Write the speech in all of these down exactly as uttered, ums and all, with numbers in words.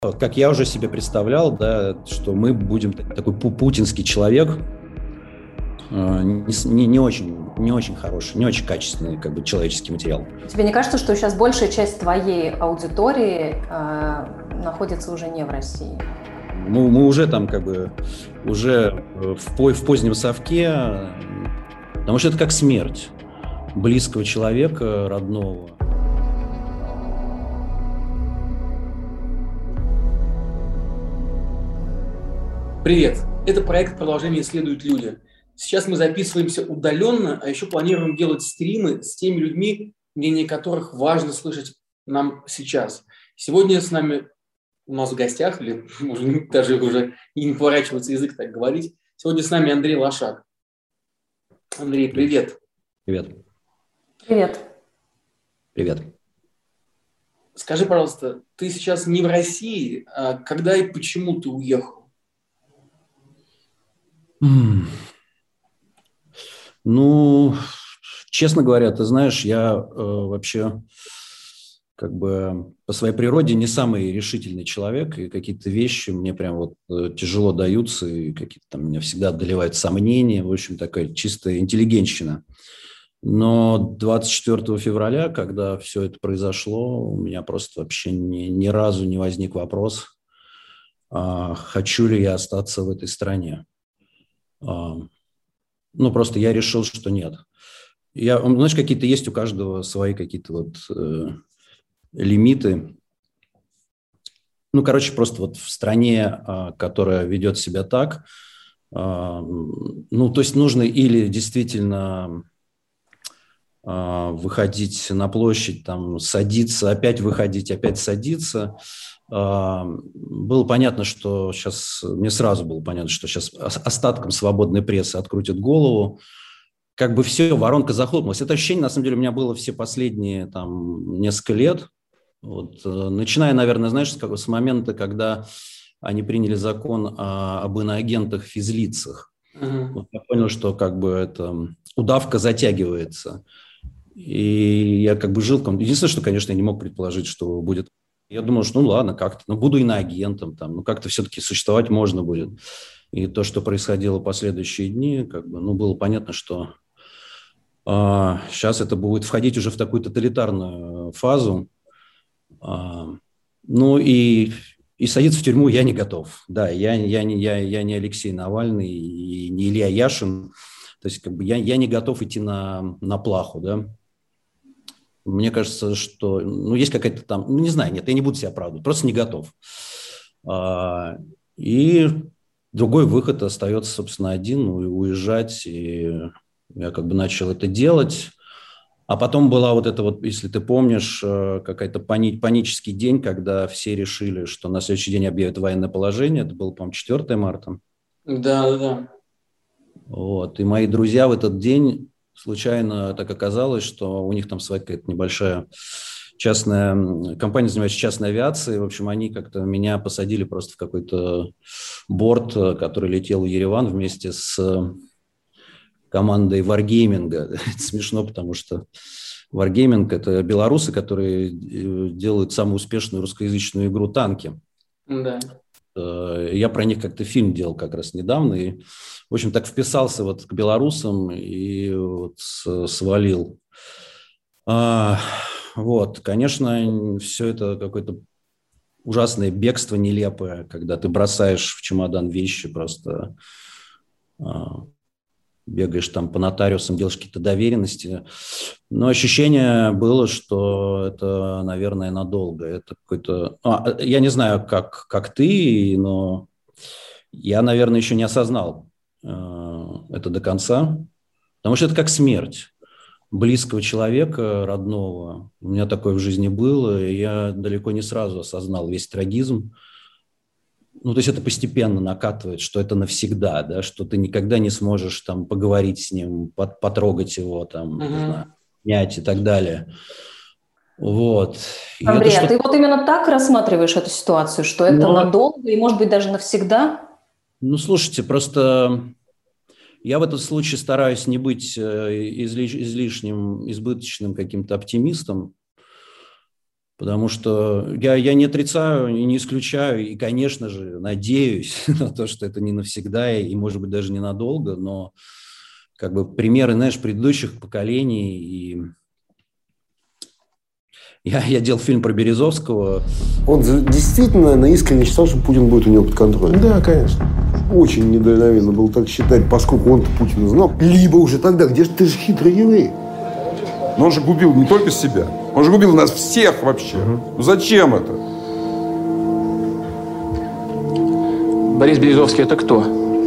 Как я уже себе представлял, да, что мы будем такой путинский человек, не, не, не очень, не очень хороший, не очень качественный как бы человеческий материал. Тебе не кажется, что сейчас большая часть твоей аудитории э, находится уже не в России? Мы, мы уже там как бы уже в, в позднем совке, потому что это как смерть близкого человека, родного. Привет! Это проект «Продолжение исследуют люди». Сейчас мы записываемся удаленно, а еще планируем делать стримы с теми людьми, мнение которых важно слышать нам сейчас. Сегодня с нами у нас в гостях, или может, даже уже не поворачивается язык так говорить, сегодня с нами Андрей Лошак. Андрей, привет! Привет! Привет! Привет! Скажи, пожалуйста, ты сейчас не в России, а когда и почему ты уехал? Mm. Ну, честно говоря, ты знаешь, я э, вообще как бы по своей природе не самый решительный человек, и какие-то вещи мне прям вот э, тяжело даются, и какие-то там меня всегда одолевают сомнения, в общем, такая чистая интеллигентщина. Но двадцать четвёртого февраля, когда все это произошло, у меня просто вообще ни, ни разу не возник вопрос, а, хочу ли я остаться в этой стране. А, ну, просто я решил, что нет. Я, знаешь, какие-то есть у каждого свои какие-то вот э, лимиты. Ну, короче, просто вот в стране, э, которая ведет себя так, э, ну, то есть нужно или действительно э, выходить на площадь, там, садиться, опять выходить, опять садиться. Э, было понятно, что сейчас, мне сразу было понятно, что сейчас остатком свободной прессы открутят голову. Как бы все, воронка захлопнулась. Это ощущение, на самом деле, у меня было все последние там несколько лет. Вот, начиная, наверное, знаешь, с, как, с момента, когда они приняли закон о, об иноагентах, физлицах. Uh-huh. Вот я понял, что как бы это удавка затягивается. И я как бы жил... Единственное, что, конечно, я не мог предположить, что будет... Я думал, что ну ладно, как-то, ну буду иноагентом, там, ну как-то все-таки существовать можно будет. И то, что происходило в последующие дни, как бы, ну было понятно, что а, сейчас это будет входить уже в такую тоталитарную фазу. А, ну и, и садиться в тюрьму я не готов. Да, я, я, не, я, я не Алексей Навальный и не Илья Яшин. То есть как бы я, я не готов идти на, на плаху, да. Мне кажется, что ну, есть какая-то там, ну, не знаю, нет, я не буду себя оправдывать, просто не готов. А, и другой выход остается, собственно, один, уезжать. И я как бы начал это делать. А потом была вот эта вот, если ты помнишь, какой-то пани- панический день, когда все решили, что на следующий день объявят военное положение. Это было, по-моему, четвёртого марта. Да, да, да. Вот. И мои друзья в этот день случайно так оказалось, что у них там своя какая-то небольшая частная компания, занимающаяся частной авиацией. В общем, они как-то меня посадили просто в какой-то борт, который летел в Ереван вместе с командой Wargaming. Это смешно, потому что Wargaming – это белорусы, которые делают самую успешную русскоязычную игру «Танки». Да. Я про них как-то фильм делал как раз недавно. И, в общем, так вписался вот к белорусам и вот свалил. А, вот, конечно, все это какое-то ужасное бегство нелепое, когда ты бросаешь в чемодан вещи просто... бегаешь там по нотариусам, делаешь какие-то доверенности. Но ощущение было, что это, наверное, надолго. Это какой-то... А, я не знаю, как, как ты, но я, наверное, еще не осознал э, это до конца. Потому что это как смерть близкого человека, родного. У меня такое в жизни было, и я далеко не сразу осознал весь трагизм. Ну, то есть это постепенно накатывает, что это навсегда, да, что ты никогда не сможешь там поговорить с ним, под, потрогать его, там, uh-huh. не знаю, снять и так далее. Вот. И Андрей, это а ты вот именно так рассматриваешь эту ситуацию, что это Но... надолго и, может быть, даже навсегда? Ну, слушайте, просто я в этом случае стараюсь не быть излиш... излишним, избыточным каким-то оптимистом, Потому что я, я не отрицаю и не исключаю, и, конечно же, надеюсь на то, что это не навсегда и, может быть, даже ненадолго, но как бы примеры, знаешь, предыдущих поколений. И я, я делал фильм про Березовского. Он действительно на искренне считал, что Путин будет у него под контролем. Да, конечно. Очень недальновидно было так считать, поскольку он Путина знал. Либо уже тогда, где же ты же хитрый еврей. Но он же губил не только себя. Он же губил нас всех вообще. Угу. Ну зачем это? Борис Березовский – это кто?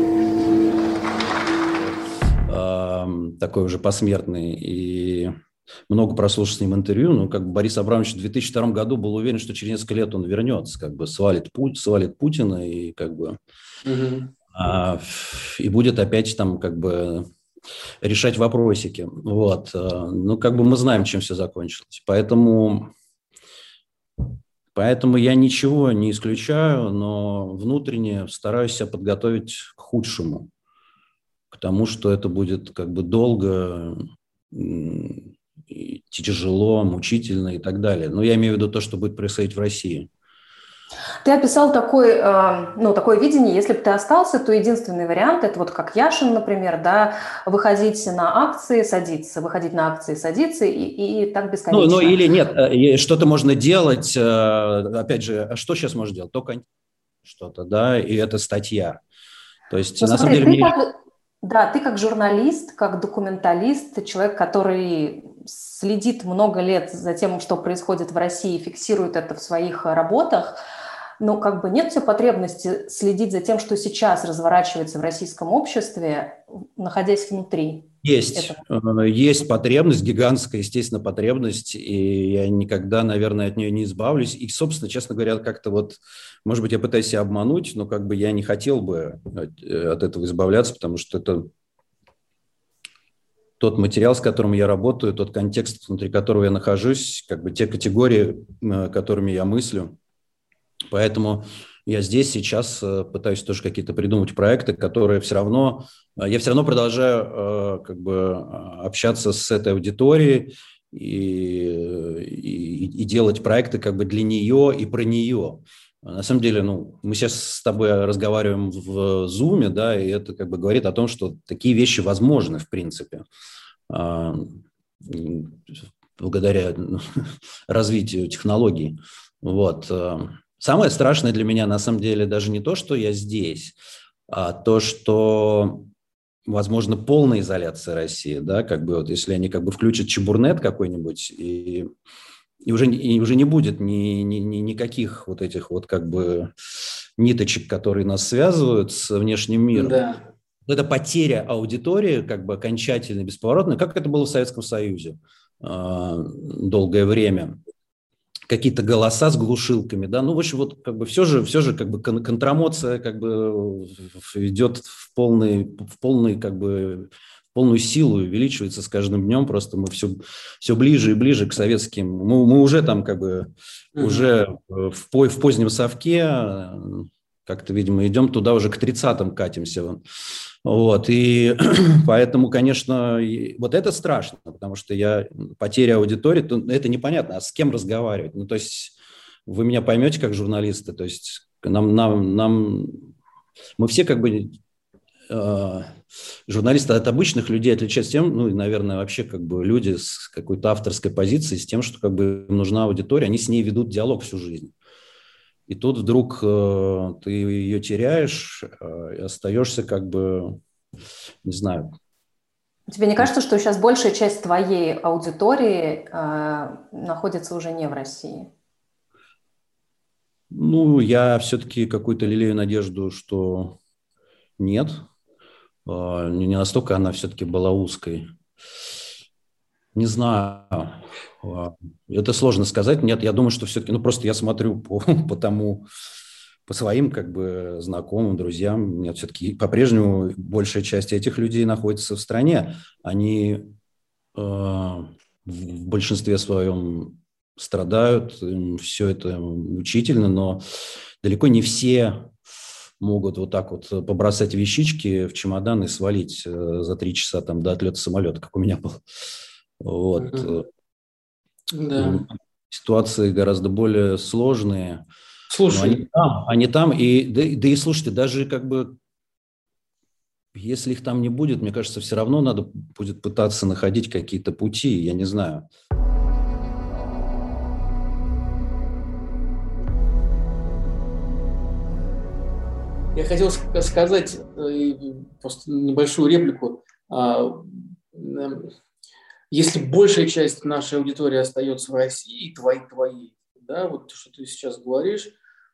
Такой уже посмертный. И много прослушал с ним интервью. Ну, как бы Борис Абрамович в две тысячи втором году был уверен, что через несколько лет он вернется, как бы свалит, Пу- свалит Путина и как бы угу. а, и будет опять там как бы решать вопросики. Вот. Ну, как бы мы знаем, чем все закончилось. Поэтому, поэтому я ничего не исключаю, но внутренне стараюсь себя подготовить к худшему. К тому, что это будет как бы долго, тяжело, мучительно и так далее. Но я имею в виду то, что будет происходить в России. Ты описал такой, ну, такое видение, если бы ты остался, то единственный вариант, это вот как Яшин, например, да, выходить на акции, садиться, выходить на акции, садиться и, и так бесконечно. Ну, ну или нет, что-то можно делать, опять же, что сейчас можно делать? Только что-то, да, и это статья. То есть, ну, на смотри, самом деле... Ты мне... как, да, ты как журналист, как документалист, человек, который следит много лет за тем, что происходит в России, фиксирует это в своих работах, но как бы нет все потребности следить за тем, что сейчас разворачивается в российском обществе, находясь внутри. Есть, этого. Есть потребность, гигантская, естественно, потребность, и я никогда, наверное, от нее не избавлюсь. И, собственно, честно говоря, как-то вот, может быть, я пытаюсь себя обмануть, но как бы я не хотел бы от, от этого избавляться, потому что это тот материал, с которым я работаю, тот контекст, внутри которого я нахожусь, как бы те категории, которыми я мыслю. Поэтому я здесь сейчас пытаюсь тоже какие-то придумать проекты, которые все равно... Я все равно продолжаю как бы общаться с этой аудиторией и, и, и делать проекты как бы для нее и про нее. На самом деле, ну, мы сейчас с тобой разговариваем в Zoom, да, и это как бы говорит о том, что такие вещи возможны, в принципе, благодаря развитию технологий. Вот. Самое страшное для меня, на самом деле, даже не то, что я здесь, а то, что, возможно, полная изоляция России, да, как бы вот если они как бы включат чебурнет какой-нибудь, и, и, уже, и уже не будет ни, ни, ни, никаких вот этих вот как бы ниточек, которые нас связывают с внешним миром. Да. Это потеря аудитории, как бы окончательно, бесповоротно, как это было в Советском Союзе э, долгое время. Какие-то голоса с глушилками, да, ну, в общем, вот как бы все же, все же как бы контрамоция как бы идет в полный, в полный как бы в полную силу, увеличивается с каждым днем, просто мы все, все ближе и ближе к советским, мы, мы уже там как бы, uh-huh. уже в, в позднем совке, как-то, видимо, идем туда уже к тридцатым катимся. Вот, и поэтому, конечно, вот это страшно, потому что я, потеря аудитории, то это непонятно, а с кем разговаривать? Ну, то есть вы меня поймете как журналисты, то есть нам, нам, нам мы все как бы э, журналисты от обычных людей отличаются тем, ну, и, наверное, вообще как бы люди с какой-то авторской позицией, с тем, что как бы им нужна аудитория, они с ней ведут диалог всю жизнь. И тут вдруг э, ты ее теряешь э, и остаешься как бы, не знаю. Тебе не кажется, что сейчас большая часть твоей аудитории э, находится уже не в России? Ну, я все-таки какую-то лелею надежду, что нет. Э, не настолько она все-таки была узкой. Не знаю. Это сложно сказать. Нет, я думаю, что все-таки, ну, просто я смотрю по, по тому, по своим, как бы, знакомым, друзьям. Нет, все-таки по-прежнему большая часть этих людей находится в стране. Они э, в большинстве своем страдают, им все это мучительно, но далеко не все могут вот так вот побросать вещички в чемодан и свалить за три часа там до отлета самолета, как у меня было. Вот. Да. ситуации гораздо более сложные. Слушай. Они там, они там, и, да, да и слушайте, даже как бы, если их там не будет, мне кажется, все равно надо будет пытаться находить какие-то пути, я не знаю. Я хотел сказать просто небольшую реплику. Если большая часть нашей аудитории остается в России, твоей, твоей, да, вот что ты сейчас говоришь,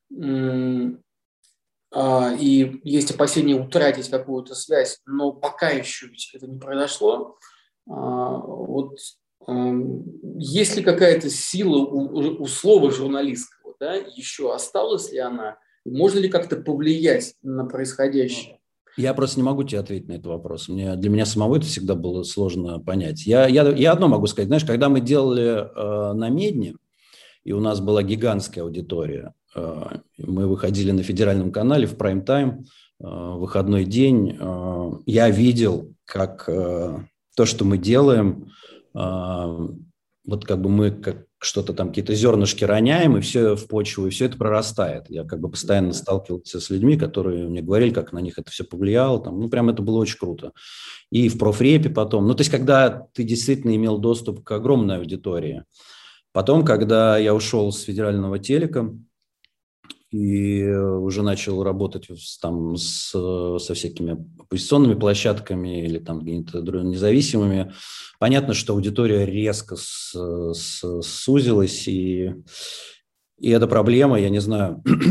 и есть опасения утратить какую-то связь, но пока еще ведь это не произошло, вот есть ли какая-то сила у, у слова журналистского, да, еще осталась ли она? Можно ли как-то повлиять на происходящее? Я просто не могу тебе ответить на этот вопрос. Мне, для меня самого это всегда было сложно понять. Я, я, я одно могу сказать. Знаешь, когда мы делали э, на Медне, и у нас была гигантская аудитория, э, мы выходили на федеральном канале в прайм-тайм, э, выходной день, э, я видел, как э, то, что мы делаем, э, вот как бы мы как что-то там, какие-то зернышки роняем, и все в почву, и все это прорастает. Я как бы постоянно сталкивался с людьми, которые мне говорили, как на них это все повлияло. Там, ну, прям это было очень круто. И в профрепе потом. Ну, то есть, когда ты действительно имел доступ к огромной аудитории. Потом, когда я ушел с федерального телека и уже начал работать там с, со всякими оппозиционными площадками или там какими-то независимыми, понятно, что аудитория резко с, с, сузилась, и, и эта проблема, я не знаю, вот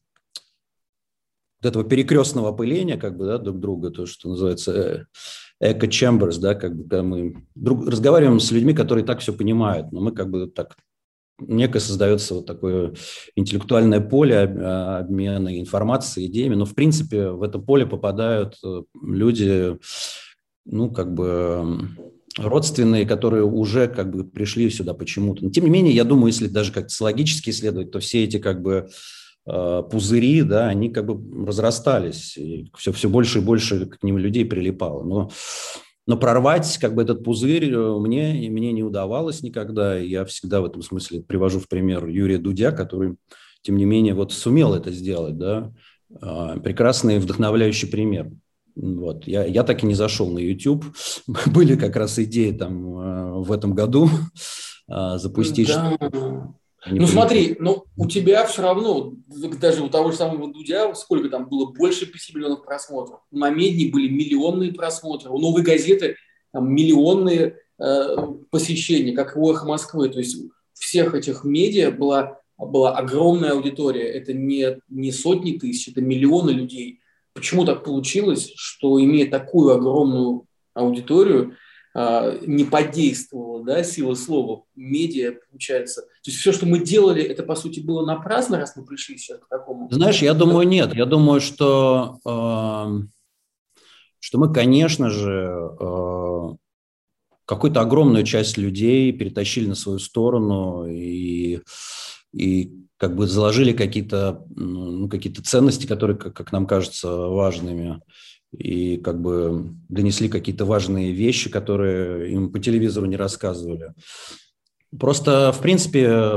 этого перекрестного опыления как бы, да, друг друга, то, что называется echo chambers, да, как бы, когда мы друг, разговариваем с людьми, которые так все понимают, но мы как бы так... Некое создается вот такое интеллектуальное поле обмена информацией, идеями, но в принципе в это поле попадают люди, ну как бы родственные, которые уже как бы пришли сюда почему-то. Но тем не менее, я думаю, если даже как-то логически исследовать, то все эти как бы пузыри, да, они как бы разрастались, и все, все больше и больше к ним людей прилипало. Но Но прорвать как бы этот пузырь мне, мне не удавалось никогда. Я всегда в этом смысле привожу в пример Юрия Дудя, который, тем не менее, вот сумел это сделать. Да? Прекрасный вдохновляющий пример. Вот. Я, я так и не зашел на YouTube. Были как раз идеи там в этом году запустить. Да. Что... Ну смотри, ну у тебя все равно, даже у того же самого Дудя, сколько там было, больше пяти миллионов просмотров. На Медне были миллионные просмотры, у Новой газеты там миллионные э, посещения, как у «Эхо Москвы». То есть всех этих медиа была, была огромная аудитория. Это не, не сотни тысяч, это миллионы людей. Почему так получилось, что, имея такую огромную аудиторию, не подействовала, да, сила слова, медиа, получается. То есть все, что мы делали, это, по сути, было напрасно, раз мы пришли сейчас к такому? Знаешь, я думаю, нет. Я думаю, что, э, что мы, конечно же, э, какую-то огромную часть людей перетащили на свою сторону и, и как бы заложили какие-то, ну, какие-то ценности, которые, как, как нам кажется, важными. И как бы донесли какие-то важные вещи, которые им по телевизору не рассказывали. Просто, в принципе,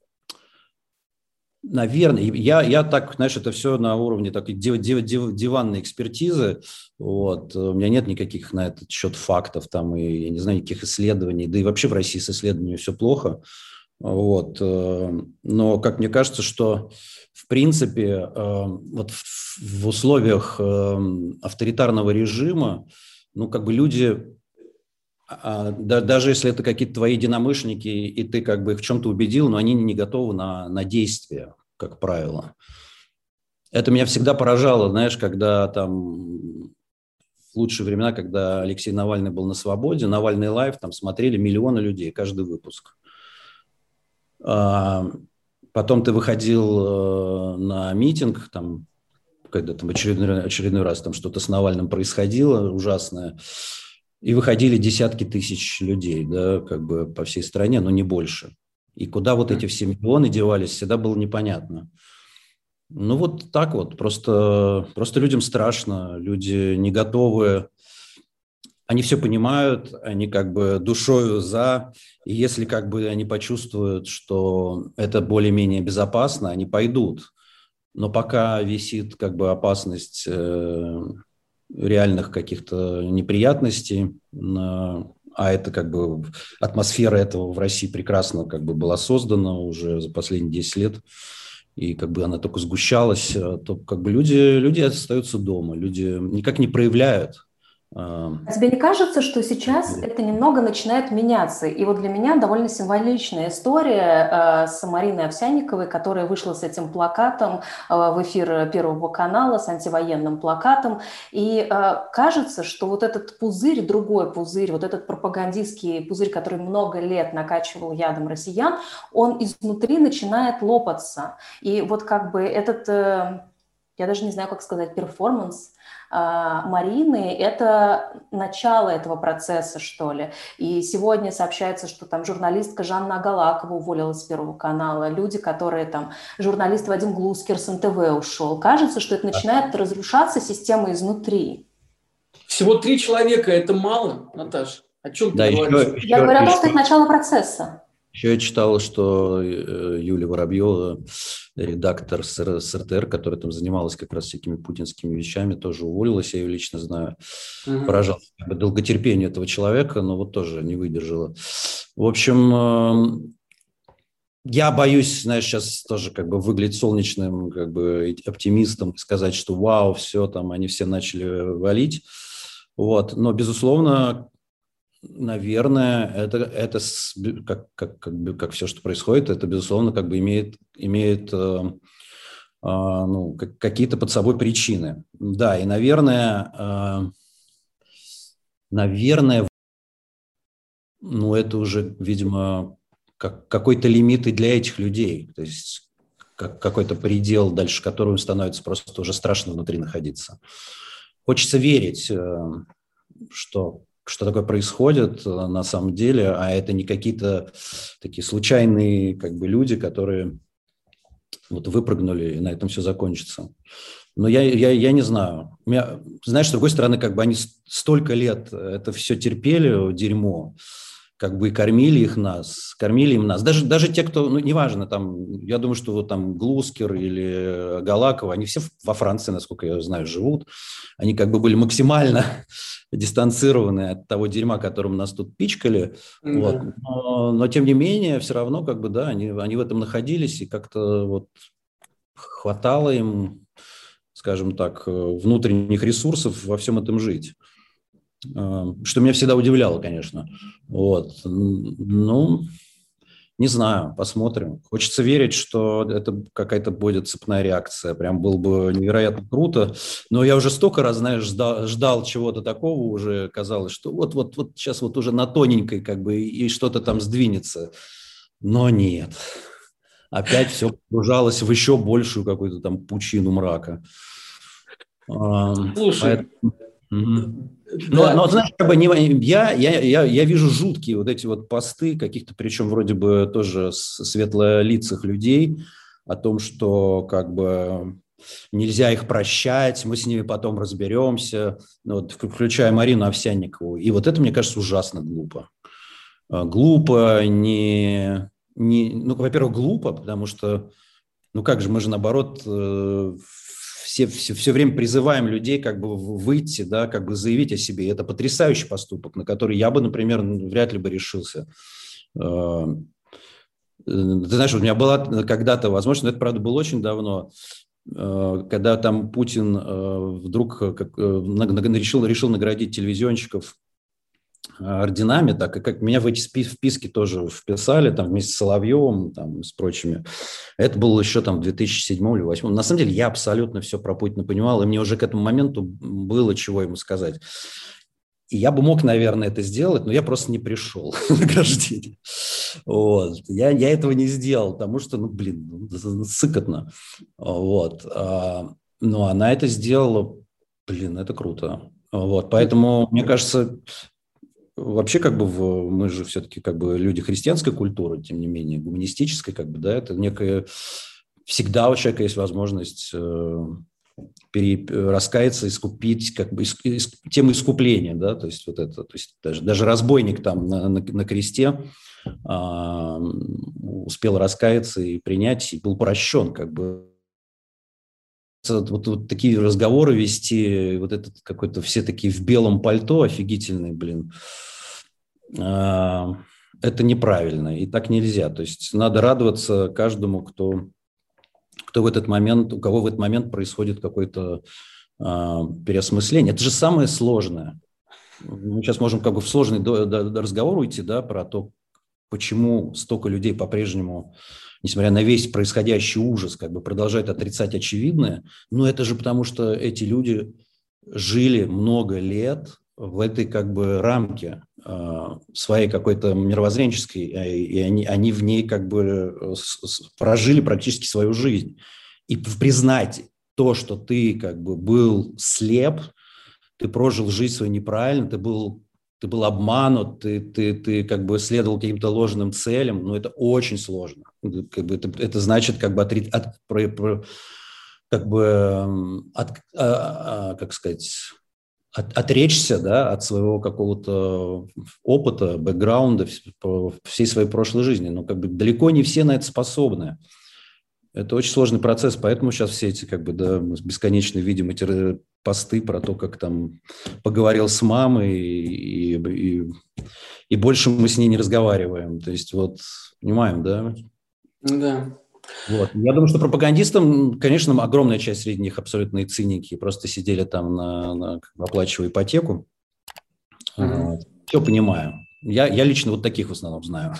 наверное, я, я так, знаешь, это все на уровне такой див, див, див, диванной экспертизы. Вот. У меня нет никаких на этот счет фактов, там, и я не знаю, никаких исследований. Да и вообще в России с исследованиями все плохо. Вот. Но, как мне кажется, что в принципе вот в условиях авторитарного режима, ну, как бы люди, даже если это какие-то твои единомышленники, и ты как бы их в чем-то убедил, но они не готовы на, на действия, как правило. Это меня всегда поражало, знаешь, когда там в лучшие времена, когда Алексей Навальный был на свободе, Навальный лайв, там смотрели миллионы людей каждый выпуск. Потом ты выходил на митинг, там, когда там очередной, очередной раз там что-то с Навальным происходило ужасное, и выходили десятки тысяч людей, да, как бы по всей стране, но не больше. И куда вот эти все миллионы девались, всегда было непонятно. Ну вот так вот, просто, просто людям страшно, люди не готовы они все понимают, они как бы душою за, и если как бы они почувствуют, что это более-менее безопасно, они пойдут. Но пока висит как бы опасность э, реальных каких-то неприятностей, на, а это как бы атмосфера этого в России прекрасно как бы была создана уже за последние десять лет, и как бы она только сгущалась, то как бы люди, люди остаются дома, люди никак не проявляют. А тебе не кажется, что сейчас это немного начинает меняться? И вот для меня довольно символичная история э, с Мариной Овсянниковой, которая вышла с этим плакатом э, в эфир Первого канала, с антивоенным плакатом. И э, кажется, что вот этот пузырь, другой пузырь, вот этот пропагандистский пузырь, который много лет накачивал ядом россиян, он изнутри начинает лопаться. И вот как бы этот, э, я даже не знаю, как сказать, перформанс Марины – это начало этого процесса, что ли. И сегодня сообщается, что там журналистка Жанна Агалакова уволилась с Первого канала, люди, которые там, журналист Вадим Глускер с эн тэ вэ ушел. Кажется, что это начинает разрушаться система изнутри. Всего три человека – это мало, Наташ? О чем ты да, говоришь? Еще, я еще, говорю о том, еще, что это начало процесса. Еще я читал, что Юлия Воробьева, редактор с эр тэ эр, которая там занималась как раз всякими путинскими вещами, тоже уволилась, я ее лично знаю. Угу. Поражался долготерпению этого человека, но вот тоже не выдержала. В общем, я боюсь, знаешь, сейчас тоже как бы выглядеть солнечным как бы оптимистом, сказать, что вау, все, там они все начали валить. Вот. Но, безусловно, наверное, это, это как, как, как, бы, как все, что происходит, это, безусловно, как бы имеет, имеет э, э, ну, как, какие-то под собой причины. Да, и, наверное, э, наверное, ну, это уже, видимо, как, какой-то лимит и для этих людей, то есть как, какой-то предел, дальше которого становится просто уже страшно внутри находиться. Хочется верить, э, что... что такое происходит на самом деле, а это не какие-то такие случайные как бы люди, которые вот выпрыгнули, и на этом все закончится. Но я, я, я не знаю. Меня, знаешь, с другой стороны, как бы они столько лет это все терпели, дерьмо, как бы и кормили их нас, кормили им нас. Даже, даже те, кто, ну, неважно, там, я думаю, что вот там Глускер или Галакова, они все во Франции, насколько я знаю, живут. Они как бы были максимально дистанцированы от того дерьма, которым нас тут пичкали. Mm-hmm. Вот. Но, но, тем не менее, все равно, как бы, да, они, они в этом находились, и как-то вот хватало им, скажем так, внутренних ресурсов во всем этом жить. Что меня всегда удивляло, конечно. Вот. Ну, не знаю, посмотрим. Хочется верить, что это какая-то будет цепная реакция. Прям было бы невероятно круто. Но я уже столько раз, знаешь, ждал, ждал чего-то такого, уже казалось, что вот-вот вот сейчас вот уже на тоненькой как бы и что-то там сдвинется. Но нет. Опять все погружалось в еще большую какую-то там пучину мрака. Слушай... Поэтому... Но, да. но знаешь, как бы не, я, я, я, я вижу жуткие вот эти вот посты каких-то, причем вроде бы тоже светлолицых людей о том, что как бы нельзя их прощать, мы с ними потом разберемся, вот, включая Марину Овсянникову. И вот это, мне кажется, ужасно глупо. Глупо, не, не, ну, во-первых, глупо, потому что, ну как же, мы же наоборот... Все, все, все время призываем людей как бы выйти, да, как бы заявить о себе. Это потрясающий поступок, на который я бы, например, вряд ли бы решился. Ты знаешь, вот у меня была когда-то возможность, но это, правда, было очень давно, когда там Путин вдруг как, решил, решил наградить телевизионщиков орденами, так и как меня в эти списки тоже вписали, там вместе с Соловьевым, там, с прочими. Это было еще там в две тысячи седьмом или две тысячи восьмом. На самом деле я абсолютно все про Путина понимал, и мне уже к этому моменту было чего ему сказать. И я бы мог, наверное, это сделать, но я просто не пришел на награждение. Вот. Я, я этого не сделал, потому что, ну, блин, сыкотно. Вот. Ну, она это сделала, блин, это круто. Вот. Поэтому, мне кажется... Вообще, как бы, в, мы же все-таки как бы люди христианской культуры, тем не менее, гуманистической, как бы, да, это некая... Всегда у человека есть возможность э, пере, раскаяться, искупить, как бы иск, тему искупления, да, то есть вот это, то есть даже, даже разбойник там на, на, на кресте а, успел раскаяться и принять, и был прощен, как бы. Вот, вот такие разговоры вести, вот этот какой-то, все такие в белом пальто офигительные, блин, а, это неправильно, и так нельзя. То есть надо радоваться каждому, кто, кто в этот момент, у кого в этот момент происходит какое-то а, переосмысление. Это же самое сложное. Мы сейчас можем как бы в сложный до, до, до разговор уйти, да, про то, почему столько людей по-прежнему, несмотря на весь происходящий ужас, как бы продолжают отрицать очевидное. Но это же потому, что эти люди жили много лет в этой как бы рамке э, своей какой-то мировоззренческой, э, и они, они в ней как бы с, с, прожили практически свою жизнь. И признать то, что ты как бы был слеп, ты прожил жизнь свою неправильно, ты был... ты был обманут, ты, ты, ты как бы следовал каким-то ложным целям, но это очень сложно. Как бы это, это значит как бы, от, от, про, про, как бы от, а, а, как сказать, от, отречься, да, от своего какого-то опыта, бэкграунда, всей своей прошлой жизни. Но как бы далеко не все на это способны. Это очень сложный процесс, поэтому сейчас все эти, как бы, да, мы бесконечно видим эти посты про то, как там поговорил с мамой, и, и, и больше мы с ней не разговариваем. То есть, вот, понимаем, да? Да. Вот. Я думаю, что пропагандистам, конечно, огромная часть среди них абсолютные циники, просто сидели там, на, на, оплачивая ипотеку. Mm-hmm. Все понимаю. Я, я лично вот таких в основном знаю.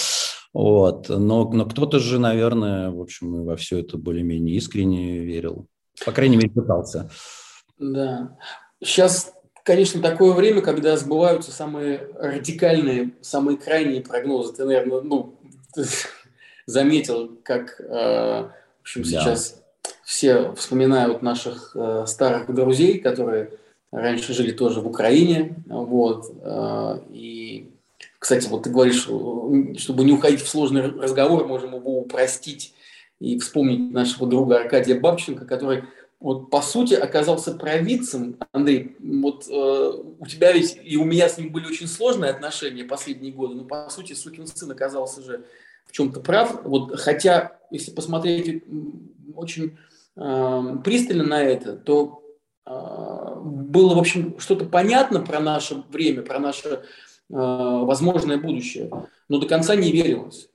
Вот. Но, но кто-то же, наверное, в общем, во все это более-менее искренне верил. По крайней мере, пытался. Да. Сейчас, конечно, такое время, когда сбываются самые радикальные, самые крайние прогнозы. Ты, наверное, ну, ты заметил, как, э, в общем, да. Сейчас все вспоминают наших э, старых друзей, которые раньше жили тоже в Украине. Вот, э, и кстати, вот ты говоришь, чтобы не уходить в сложный разговор, можем его упростить и вспомнить нашего друга Аркадия Бабченко, который вот по сути оказался провидцем. Андрей, вот э, у тебя ведь и у меня с ним были очень сложные отношения последние годы, но по сути сукин сын оказался же в чем-то прав. Вот, хотя, если посмотреть очень э, пристально на это, то э, было, в общем, что-то понятно про наше время, про наше возможное будущее, но до конца не верилось.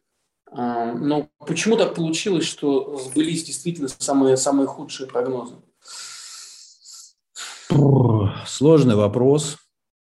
Но почему так получилось, что сбылись действительно самые, самые худшие прогнозы? Сложный вопрос.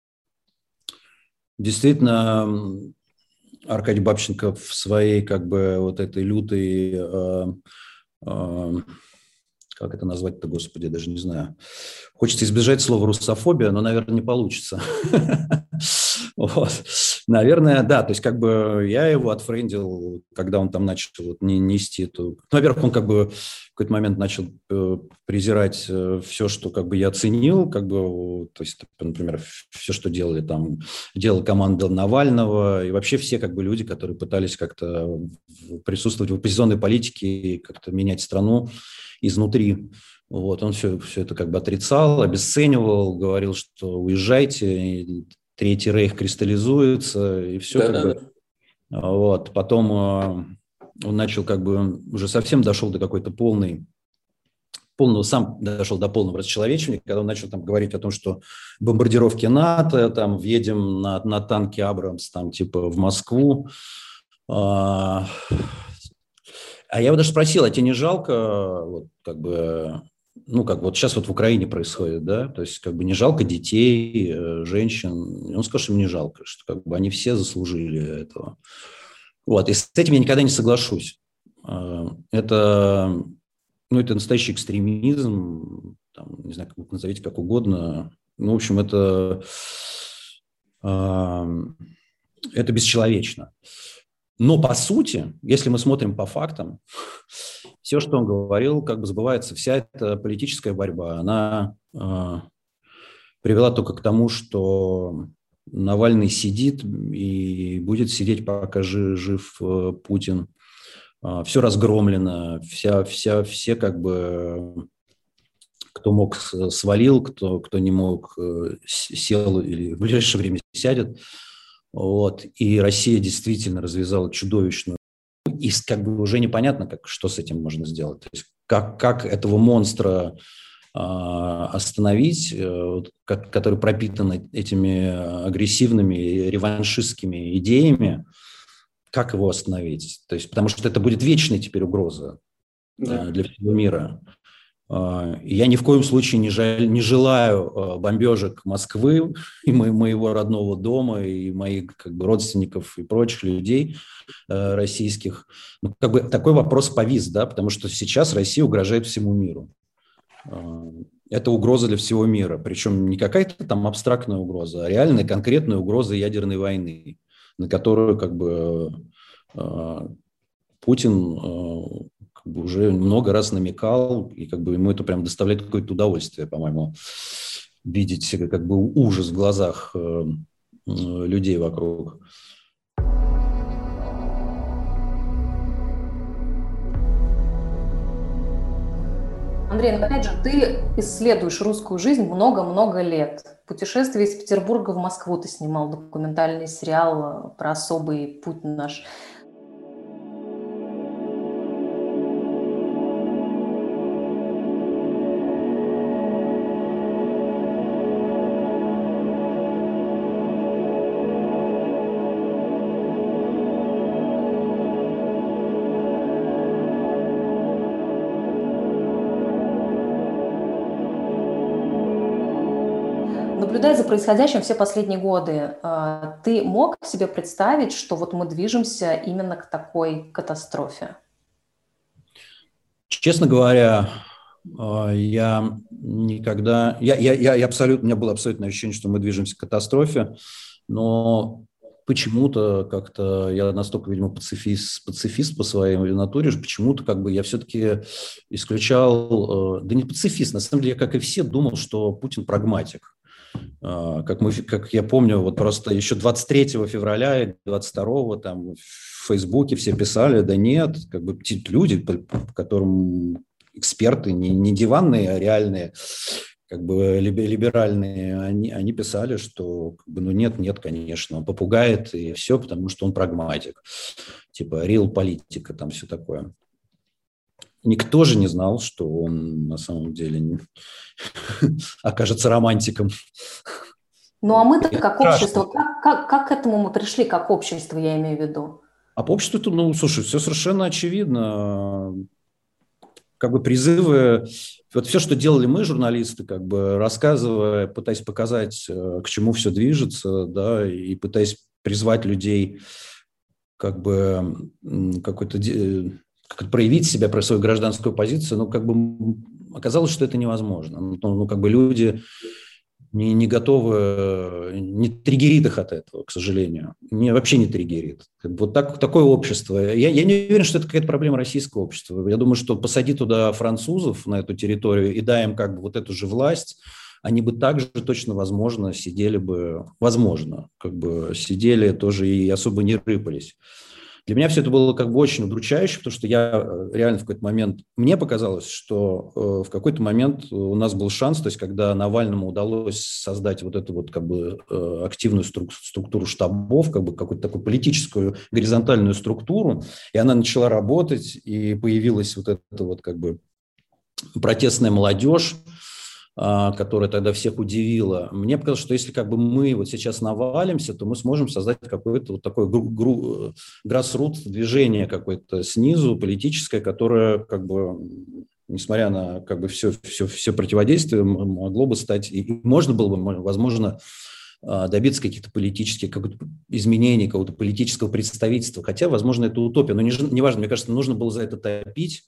Действительно, Аркадий Бабченко в своей как бы вот этой лютой, э, э, как это назвать-то, господи, я даже не знаю. Хочется избежать слова русофобия, но, наверное, не получится. Вот. Наверное, да, то есть как бы я его отфрендил, когда он там начал вот нести эту... Ну, во-первых, он как бы в какой-то момент начал э, презирать э, все, что как бы я ценил, как бы, то есть, например, все, что делали там, делала команда Навального, и вообще все как бы люди, которые пытались как-то присутствовать в оппозиционной политике и как-то менять страну изнутри. Вот, он все, все это как бы отрицал, обесценивал, говорил, что уезжайте, Третий рейх кристаллизуется, и все. Да, как да, бы. Да. Вот. Потом э, он начал как бы, уже совсем дошел до какой-то полной, полного, сам дошел до полного расчеловечивания, когда он начал там говорить о том, что бомбардировки НАТО, там, въедем на, на танки Абрамс, там, типа, в Москву. А, а я его даже спросил, а тебе не жалко, вот, как бы... Ну, как вот сейчас вот в Украине происходит, да, то есть как бы не жалко детей, женщин. И он сказал, что мне не жалко, что как бы они все заслужили этого. Вот, и с этим я никогда не соглашусь. Это, ну, это настоящий экстремизм, там, не знаю, как назовите как угодно. Ну, в общем, это, это бесчеловечно. Но по сути, если мы смотрим по фактам, все, что он говорил, как бы сбывается. Вся эта политическая борьба, она э, привела только к тому, что Навальный сидит и будет сидеть, пока жив, жив э, Путин. Э, все разгромлено, вся, вся, все как бы кто мог, свалил, кто, кто не мог, сел или в ближайшее время сядет. Вот. И Россия действительно развязала чудовищную. И как бы уже непонятно, как, что с этим можно сделать. То есть как, как этого монстра а, остановить, а, как, который пропитан этими агрессивными, реваншистскими идеями, как его остановить? То есть, потому что это будет вечная теперь угроза да. а, для всего мира. Я ни в коем случае не, жаль, не желаю бомбежек Москвы и моего родного дома, и моих как бы, родственников и прочих людей э, российских. Ну, как бы такой вопрос повис, да, потому что сейчас Россия угрожает всему миру. Это угроза для всего мира, причем не какая-то там абстрактная угроза, а реальная конкретная угроза ядерной войны, на которую как бы э, Путин э, как бы уже много раз намекал, и как бы ему это прям доставляет какое-то удовольствие, по-моему, видеть как бы ужас в глазах э, людей вокруг. Андрей, ну опять же, ты исследуешь русскую жизнь много-много лет. Путешествие из Петербурга в Москву ты снимал, документальный сериал про особый путь наш. Наблюдая за происходящим все последние годы, ты мог себе представить, что вот мы движемся именно к такой катастрофе? Честно говоря, я никогда... Я, я, я абсолютно, у меня было абсолютное ощущение, что мы движемся к катастрофе, но почему-то как-то я настолько, видимо, пацифист, пацифист по своей натуре, почему-то как бы я все-таки исключал... Да не пацифист, на самом деле я, как и все, думал, что Путин прагматик. Как, мы, как я помню, вот просто еще двадцать третьего февраля и двадцать второго там в Фейсбуке все писали, да нет, как бы люди, по которым эксперты не, не диванные, а реальные, как бы либеральные, они, они писали, что как бы, ну нет, нет, конечно, он попугает и все, потому что он прагматик, типа real политика, там все такое. Никто же не знал, что он на самом деле не... окажется романтиком. Ну а мы-то как общество, как, как, как к этому мы пришли, как общество, я имею в виду? А по обществу, ну, слушай, все совершенно очевидно. Как бы призывы, вот все, что делали мы, журналисты, как бы рассказывая, пытаясь показать, к чему все движется, да, и пытаясь призвать людей как бы какой-то... как проявить себя, про свою гражданскую позицию, но как бы оказалось, что это невозможно. Ну, ну как бы люди не, не готовы, не триггерит их от этого, к сожалению. Не, вообще не триггерит. Как бы вот так, такое общество. Я, я не уверен, что это какая-то проблема российского общества. Я думаю, что посади туда французов на эту территорию и дай им как бы вот эту же власть, они бы также точно, возможно, сидели бы, возможно, как бы сидели тоже и особо не рыпались. Для меня все это было как бы очень удручающе, потому что я реально в какой-то момент, мне показалось, что э, в какой-то момент у нас был шанс, то есть когда Навальному удалось создать вот эту вот как бы э, активную струк- структуру штабов, как бы какую-то такую политическую горизонтальную структуру, и она начала работать, и появилась вот эта вот как бы протестная молодежь, которая тогда всех удивила. Мне показалось, что если как бы мы вот сейчас навалимся, то мы сможем создать какое-то вот такое grassroots движение какое-то снизу, политическое, которое как бы, несмотря на как бы все, все, все противодействие, могло бы стать, и можно было бы, возможно, добиться каких-то политических каких-то изменений, какого-то политического представительства. Хотя, возможно, это утопия, но не, не важно, мне кажется, нужно было за это топить.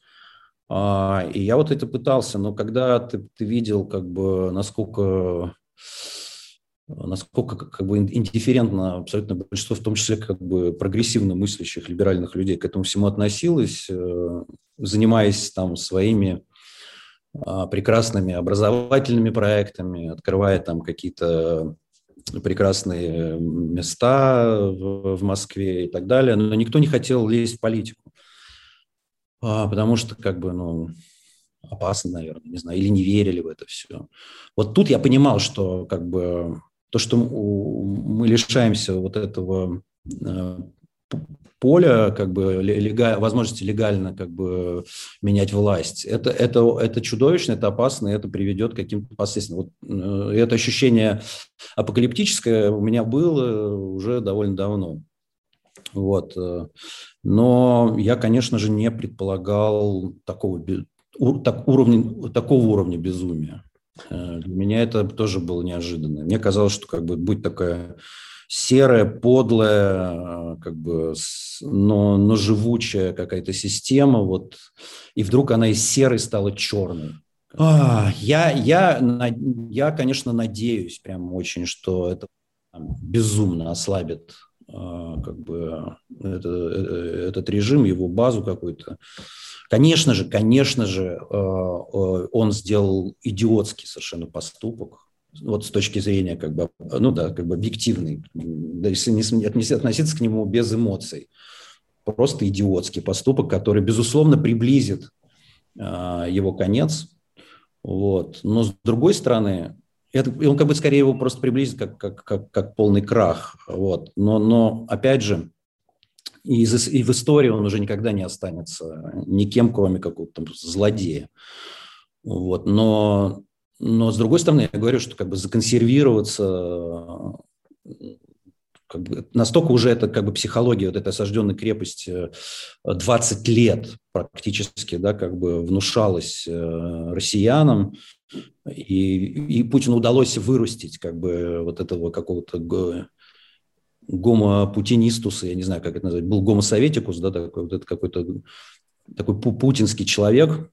И я вот это пытался, но когда ты, ты видел, как бы, насколько, насколько как бы индифферентно абсолютно большинство, в том числе как бы прогрессивно мыслящих либеральных людей к этому всему относилось, занимаясь там своими прекрасными образовательными проектами, открывая там какие-то прекрасные места в, в Москве и так далее, но никто не хотел лезть в политику. Потому что, как бы, ну, опасно, наверное, не знаю, или не верили в это все. Вот тут я понимал, что как бы то, что мы лишаемся вот этого поля, как бы легаль, возможности легально как бы менять власть, это, это, это чудовищно, это опасно, и это приведет к каким-то последствиям. Вот, это ощущение апокалиптическое у меня было уже довольно давно. Вот. Но я, конечно же, не предполагал такого, так, уровня, такого уровня безумия. Для меня это тоже было неожиданно. Мне казалось, что как бы будет такая серая, подлая, как бы, но, но живучая какая-то система, вот, и вдруг она из серой стала черной. А, я, я, я, конечно, надеюсь прям очень, что это там безумно ослабит как бы это, этот режим, его базу какую-то. Конечно же, конечно же, он сделал идиотский совершенно поступок, вот с точки зрения как бы, ну да, как бы объективный, да, если не относиться к нему без эмоций. Просто идиотский поступок, который, безусловно, приблизит его конец. Вот. Но с другой стороны, это, он как бы скорее его просто приблизит как, как, как, как полный крах. Вот. Но, но опять же, и, из, и в истории он уже никогда не останется никем, кроме какого-то там злодея. Вот. Но, но с другой стороны, я говорю, что как бы законсервироваться, как бы, настолько уже это как бы психология вот этой осажденной крепости двадцать лет практически, да, как бы внушалась россиянам. И, и Путину удалось вырастить как бы вот этого какого-то гомопутинистуса, я не знаю, как это назвать, был гомосоветикус, да, такой, вот это какой-то такой путинский человек,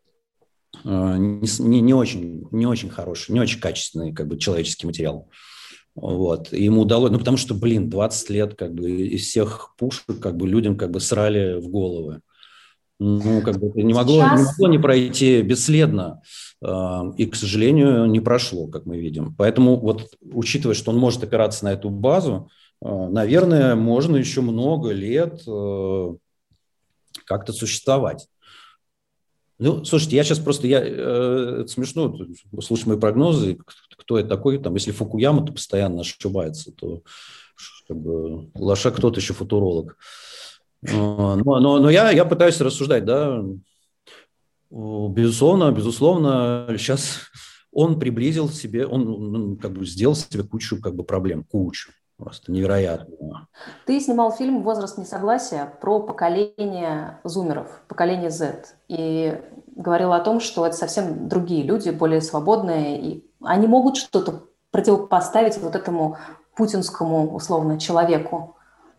не, не, очень, не очень хороший, не очень качественный как бы человеческий материал. Вот. И ему удалось, ну потому что, блин, двадцать лет как бы из всех пушек как бы людям как бы срали в головы. Ну, как бы это не могло, Сейчас... не могло не пройти бесследно. И, к сожалению, не прошло, как мы видим. Поэтому, вот, учитывая, что он может опираться на эту базу, наверное, можно еще много лет как-то существовать. Ну, слушайте, я сейчас просто, я, это смешно, слушать мои прогнозы, кто это такой, там, если Фукуяма, то постоянно ошибается, то как бы, Лошак кто-то еще футуролог. Но, но, но я, я пытаюсь рассуждать, да, безусловно, безусловно, сейчас он приблизил себе, он, он как бы сделал себе кучу как бы проблем, кучу, просто невероятно. Ты снимал фильм «Возраст несогласия» про поколение зумеров, поколение Z, и говорил о том, что это совсем другие люди, более свободные, и они могут что-то противопоставить вот этому путинскому, условно, человеку.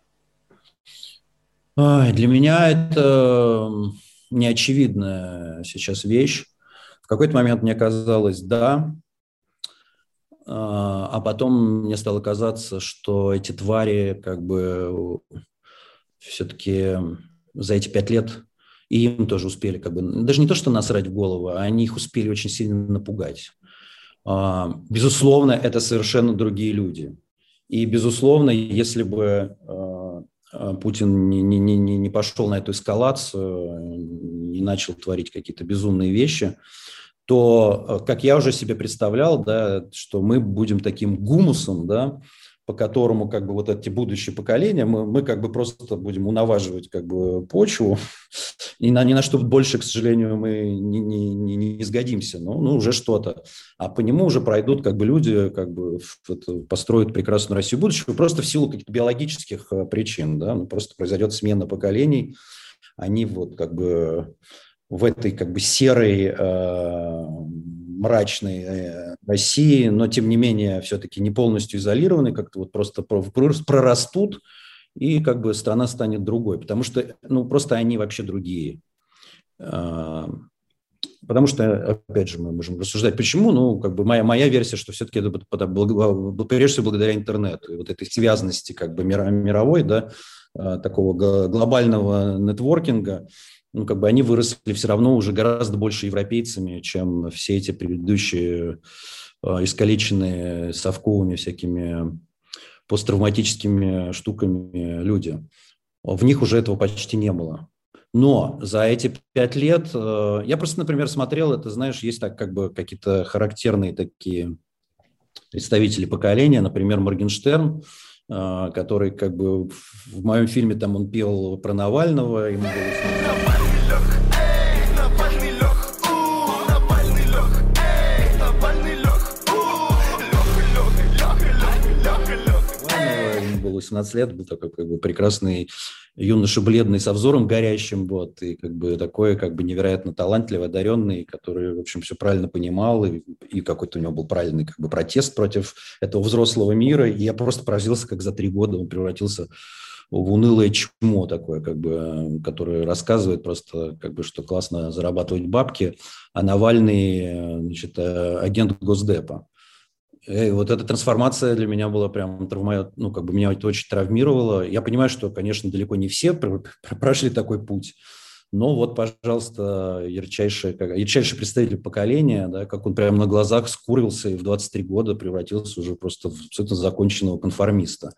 Для меня это неочевидная сейчас вещь. В какой-то момент мне казалось, да, а потом мне стало казаться, что эти твари как бы все-таки за эти пять лет и им тоже успели как бы, даже не то, что насрать в голову, а они их успели очень сильно напугать. Безусловно, это совершенно другие люди. И, безусловно, если бы Путин не, не, не, не пошел на эту эскалацию, не начал творить какие-то безумные вещи, то, как я уже себе представлял, да, что мы будем таким гумусом, да, по которому как бы вот эти будущие поколения, мы, мы как бы просто будем унаваживать как бы почву, и на, ни на что больше, к сожалению, мы не, не, не, не сгодимся, но ну, уже что-то. А по нему уже пройдут как бы люди, как бы построят прекрасную Россию будущего, просто в силу каких-то биологических причин, да, ну, просто произойдет смена поколений, они вот как бы в этой как бы серой, э, мрачной э, России, но тем не менее все-таки не полностью изолированной, как-то вот просто прорастут, и как бы страна станет другой, потому что, ну, просто они вообще другие. Э, потому что, опять же, мы можем рассуждать, почему, ну, как бы моя, моя версия, что все-таки это прежде всего благодаря интернету, и вот этой связанности как бы мировой, да, э, такого глобального нетворкинга. Ну, как бы они выросли все равно уже гораздо больше европейцами, чем все эти предыдущие э, искалеченные совковыми всякими посттравматическими штуками люди. В них уже этого почти не было. Но за эти пять лет, э, я просто, например, смотрел, это, знаешь, есть так как бы какие-то характерные такие представители поколения, например, Моргенштерн, э, который как бы в моем фильме там он пел про Навального, ему было... Было восемнадцать лет, был такой как бы прекрасный юноша, бледный, со взором горящим, вот, и как бы такой как бы невероятно талантливый, одаренный, который, в общем, все правильно понимал, и, и какой-то у него был правильный как бы протест против этого взрослого мира, и я просто поразился, как за три года он превратился в унылое чмо такое, как бы, которое рассказывает просто, как бы, что классно зарабатывать бабки, а Навальный, значит, агент Госдепа. И вот эта трансформация для меня была прям, ну, как бы меня это очень травмировало. Я понимаю, что, конечно, далеко не все прошли такой путь, но вот, пожалуйста, ярчайший, ярчайший представитель поколения, да, как он прямо на глазах скурился и в двадцать три года превратился уже просто в абсолютно законченного конформиста.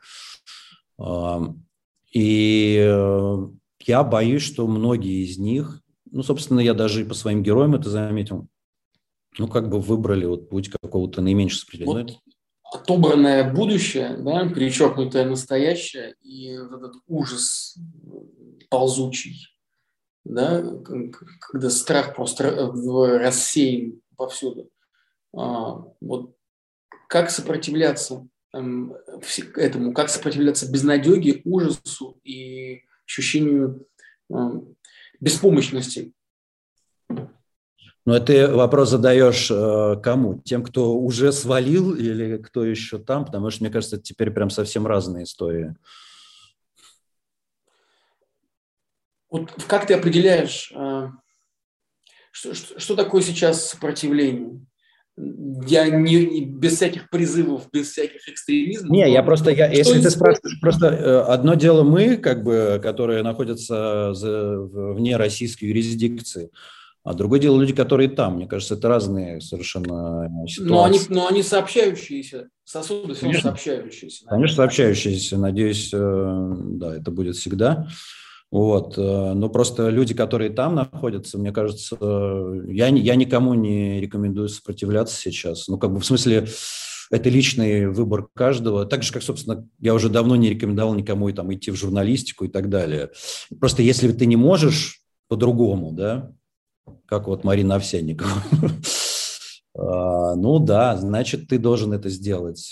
И я боюсь, что многие из них, ну, собственно, я даже и по своим героям это заметил, ну, как бы выбрали вот путь какого-то наименьшего сопротивления. Вот отобранное будущее, да, перечеркнутое настоящее и вот этот ужас ползучий, да, когда страх просто рассеян повсюду. А, вот как сопротивляться эм, этому, как сопротивляться безнадеге, ужасу и ощущению эм, беспомощности? Но ты вопрос задаешь э, кому? Тем, кто уже свалил или кто еще там? Потому что, мне кажется, это теперь прям совсем разные истории. Вот как ты определяешь, э, что, что, что такое сейчас сопротивление? Я не, без всяких призывов, без всяких экстремизмов. Не, я просто, я, если ты спрашиваешь, просто э, одно дело мы, как бы, которые находятся за, вне российской юрисдикции, а другое дело люди, которые там. Мне кажется, это разные совершенно ситуации. Но они, но они сообщающиеся, сосуды все равно сообщающиеся. Наверное. Конечно, сообщающиеся. Надеюсь, да, это будет всегда. Вот. Но просто люди, которые там находятся, мне кажется, я, я никому не рекомендую сопротивляться сейчас. Ну, как бы в смысле, это личный выбор каждого. Так же, как, собственно, я уже давно не рекомендовал никому там, идти в журналистику и так далее. Просто если ты не можешь по-другому, да, как вот Марина Овсянникова. Ну да, значит, ты должен это сделать.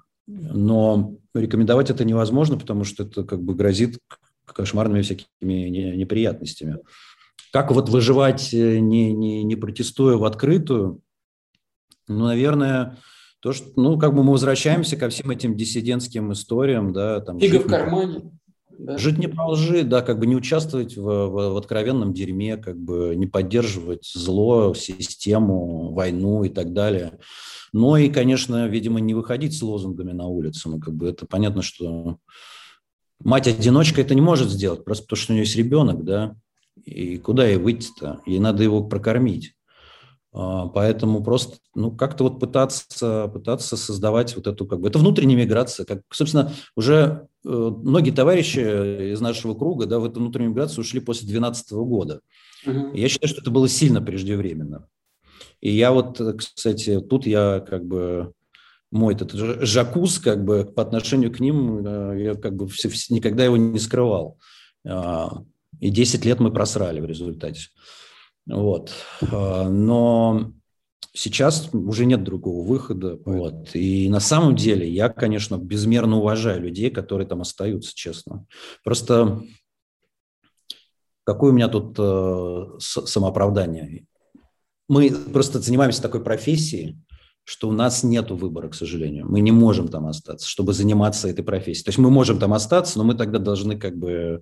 Но рекомендовать это невозможно, потому что это как бы грозит кошмарными всякими неприятностями. Как вот выживать, не, не, не протестуя в открытую? Ну, наверное, то, что, ну, как бы мы возвращаемся ко всем этим диссидентским историям, да, там. Фига в кармане. Да. Жить не по лжи, да, как бы не участвовать в, в, в откровенном дерьме, как бы не поддерживать зло, систему, войну и так далее. Но и, конечно, видимо, не выходить с лозунгами на улицу. Ну, как бы это понятно, что мать-одиночка это не может сделать, просто потому что у нее есть ребенок, да, и куда ей выйти-то? Ей надо его прокормить. Поэтому просто, ну, как-то вот пытаться, пытаться создавать вот эту, как бы, это внутренняя миграция. Как, собственно, уже э, многие товарищи из нашего круга, да, в эту внутреннюю миграцию ушли после две тысячи двенадцатого года. Uh-huh. Я считаю, что это было сильно преждевременно. И я вот, кстати, тут я, как бы, мой этот жакуз, как бы, по отношению к ним, э, я, как бы, все, все, никогда его не скрывал. Э, и десять лет мы просрали в результате. Вот. Но сейчас уже нет другого выхода. Вот. И на самом деле я, конечно, безмерно уважаю людей, которые там остаются, честно. Просто какое у меня тут э, самооправдание? Мы просто занимаемся такой профессией, что у нас нет выбора, к сожалению. Мы не можем там остаться, чтобы заниматься этой профессией. То есть мы можем там остаться, но мы тогда должны как бы...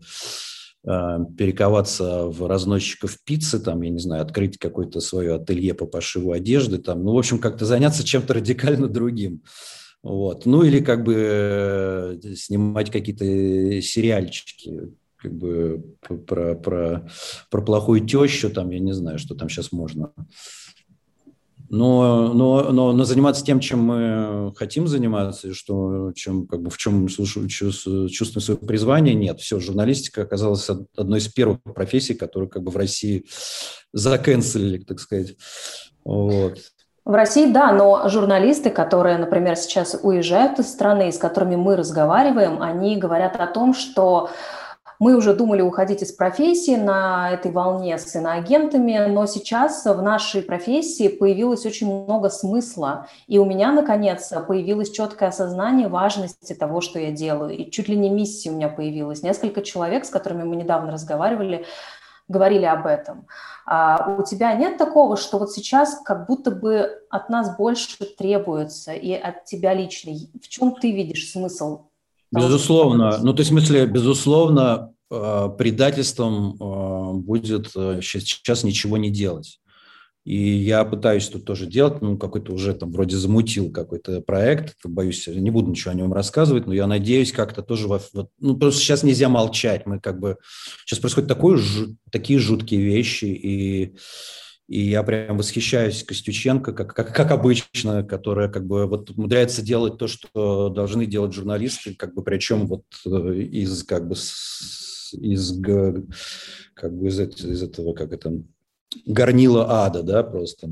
перековаться в разносчиков пиццы, там, я не знаю, открыть какое-то свое ателье по пошиву одежды, там, ну, в общем, как-то заняться чем-то радикально другим. Вот. Ну, или как бы снимать какие-то сериальчики, как бы про, про, про плохую тещу, там, я не знаю, что там сейчас можно. Но, но, но, но заниматься тем, чем мы хотим заниматься, и что, чем, как бы, в чем мы чувствуем свое призвание, нет. Все, журналистика оказалась одной из первых профессий, которые как бы в России закэнселили, так сказать. Вот. В России, да, но журналисты, которые, например, сейчас уезжают из страны, с которыми мы разговариваем, они говорят о том, что мы уже думали уходить из профессии на этой волне с иноагентами, но сейчас в нашей профессии появилось очень много смысла. И у меня, наконец, появилось четкое осознание важности того, что я делаю. И чуть ли не миссия у меня появилась. Несколько человек, с которыми мы недавно разговаривали, говорили об этом. А у тебя нет такого, что вот сейчас как будто бы от нас больше требуется, и от тебя лично? В чем ты видишь смысл? Безусловно. Ну, то есть, в смысле, безусловно, предательством будет сейчас ничего не делать. И я пытаюсь тут тоже делать, ну, какой-то уже там вроде замутил какой-то проект, боюсь, не буду ничего о нем рассказывать, но я надеюсь как-то тоже, во, ну, просто сейчас нельзя молчать, мы как бы, сейчас происходят такое, такие жуткие вещи, и, и я прям восхищаюсь Костюченко, как, как, как обычно, которая как бы вот умудряется делать то, что должны делать журналисты, как бы причем вот из как бы из как бы из, из этого, как это, горнила ада, да, просто.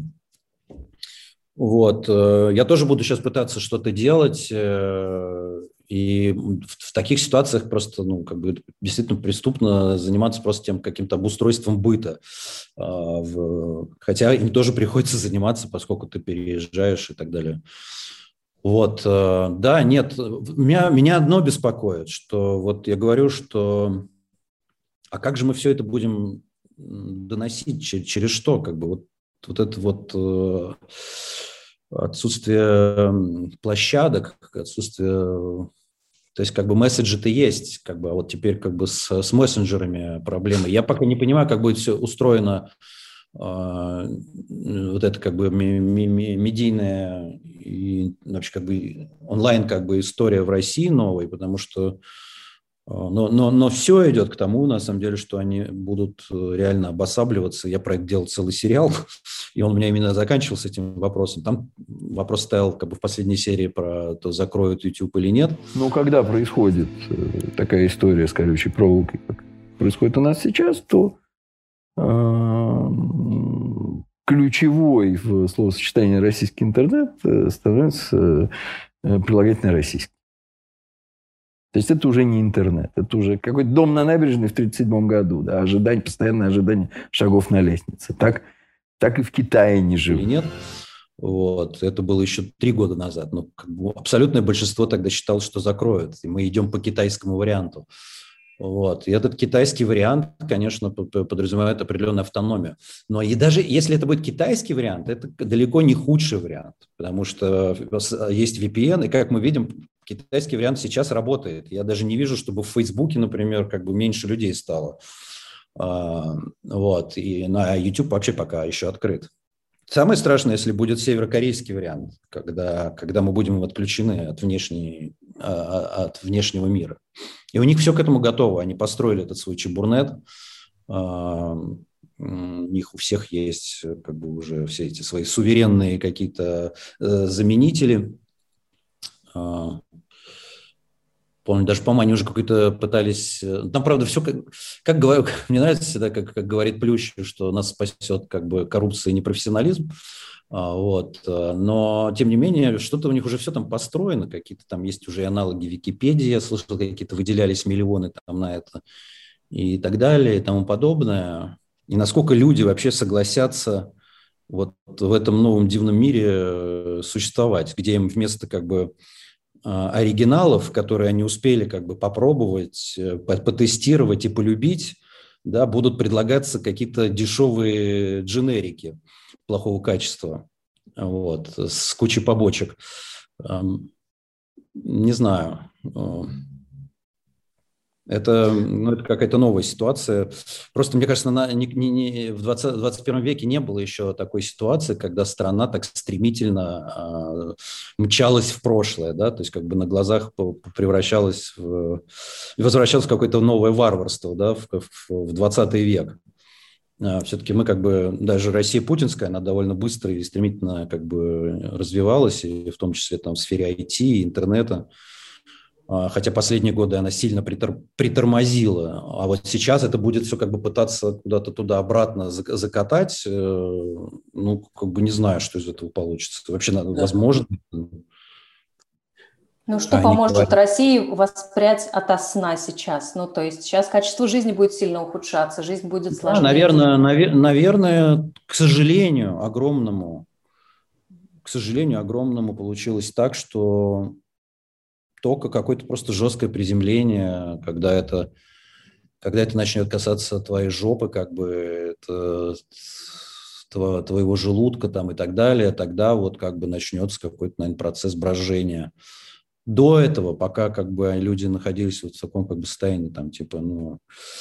Вот. Я тоже буду сейчас пытаться что-то делать, и в таких ситуациях просто, ну, как бы действительно преступно заниматься просто тем каким-то обустройством быта. Хотя им тоже приходится заниматься, поскольку ты переезжаешь и так далее. Вот, да, нет, меня, меня одно беспокоит, что вот я говорю, что а как же мы все это будем доносить, через, через что, как бы вот, вот это вот э, отсутствие площадок, отсутствие, то есть как бы месседжи-то есть, как бы, а вот теперь как бы с, с мессенджерами проблемы. Я пока не понимаю, как будет все устроено, э, вот это как бы медийная и вообще как бы онлайн как бы история в России новой, потому что Но, но, но все идет к тому, на самом деле, что они будут реально обосабливаться. Я про это делал целый сериал, и он у меня именно заканчивался этим вопросом. Там вопрос стоял как бы в последней серии про то, закроют YouTube или нет. Ну, когда происходит такая история с колючей проволокой, как происходит у нас сейчас, то э, ключевой в словосочетании «российский интернет» становится прилагательное «российский». То есть это уже не интернет, это уже какой-то дом на набережной в тридцать седьмом году, да, ожидание, постоянное ожидание шагов на лестнице. Так, так и в Китае не живут. Или нет? Вот. Это было еще три года назад. Но как бы абсолютное большинство тогда считало, что закроют. И мы идем по китайскому варианту. Вот. И этот китайский вариант, конечно, подразумевает определенную автономию. Но и даже если это будет китайский вариант, это далеко не худший вариант. Потому что есть ви пи эн, и, как мы видим, китайский вариант сейчас работает. Я даже не вижу, чтобы в Фейсбуке, например, как бы меньше людей стало. Вот. И на YouTube вообще пока еще открыт. Самое страшное, если будет северокорейский вариант, когда, когда мы будем отключены от, внешней, от внешнего мира. И у них все к этому готово. Они построили этот свой чебурнет. У них у всех есть как бы уже все эти свои суверенные какие-то заменители. Помню, даже, по-моему, они уже какой-то пытались... Там, правда, все, как, как говорю, мне нравится всегда, как, как говорит Плющев, что нас спасет как бы коррупция и непрофессионализм. Вот. Но, тем не менее, что-то у них уже все там построено, какие-то там есть уже аналоги Википедии, я слышал, какие-то выделялись миллионы там на это и так далее, и тому подобное. И насколько люди вообще согласятся вот в этом новом дивном мире существовать, где им вместо как бы оригиналов, которые они успели как бы попробовать, потестировать и полюбить, да, будут предлагаться какие-то дешевые дженерики плохого качества, вот, с кучей побочек. Не знаю. Это, ну, это какая-то новая ситуация. Просто, мне кажется, на, не, не, в двадцать первом веке не было еще такой ситуации, когда страна так стремительно э, мчалась в прошлое, да, то есть как бы на глазах превращалась в... и возвращалось в какое-то новое варварство, да, в, в, в двадцатый век. Все-таки мы как бы, даже Россия путинская, она довольно быстро и стремительно как бы развивалась, и в том числе там в сфере ай ти, интернета. Хотя последние годы она сильно притор- притормозила. А вот сейчас это будет все как бы пытаться куда-то туда-обратно закатать. Ну, как бы не знаю, что из этого получится. Вообще, да. Возможно. Ну, что Они поможет говорят... России воспрять ото сна сейчас? Ну, то есть сейчас качество жизни будет сильно ухудшаться, жизнь будет сложнее. Да, наверное, навер- наверное, к сожалению, огромному, к сожалению, огромному получилось так, что только какое-то просто жесткое приземление, когда это, когда это начнет касаться твоей жопы, как бы это, твоего желудка там и так далее, тогда вот как бы начнется какой-то, наверное, процесс брожения. До этого, пока как бы люди находились вот в таком как бы состоянии, там, типа, ну,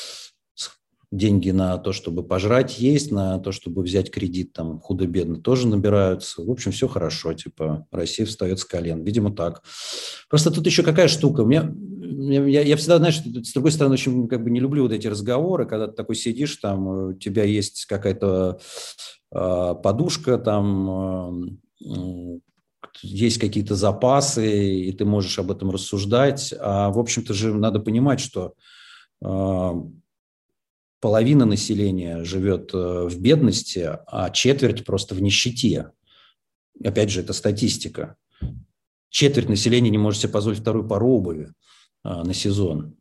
деньги на то, чтобы пожрать есть, на то, чтобы взять кредит, там, худо-бедно тоже набираются. В общем, все хорошо, типа, Россия встает с колен. Видимо, так. Просто тут еще какая штука. У меня, я, я всегда, знаешь, с другой стороны, очень как бы не люблю вот эти разговоры, когда ты такой сидишь, там, у тебя есть какая-то э, подушка, там, э, есть какие-то запасы, и ты можешь об этом рассуждать. А, в общем-то же, надо понимать, что э, половина населения живет в бедности, а четверть просто в нищете. Опять же, это статистика. Четверть населения не может себе позволить вторую пару обуви а, на сезон.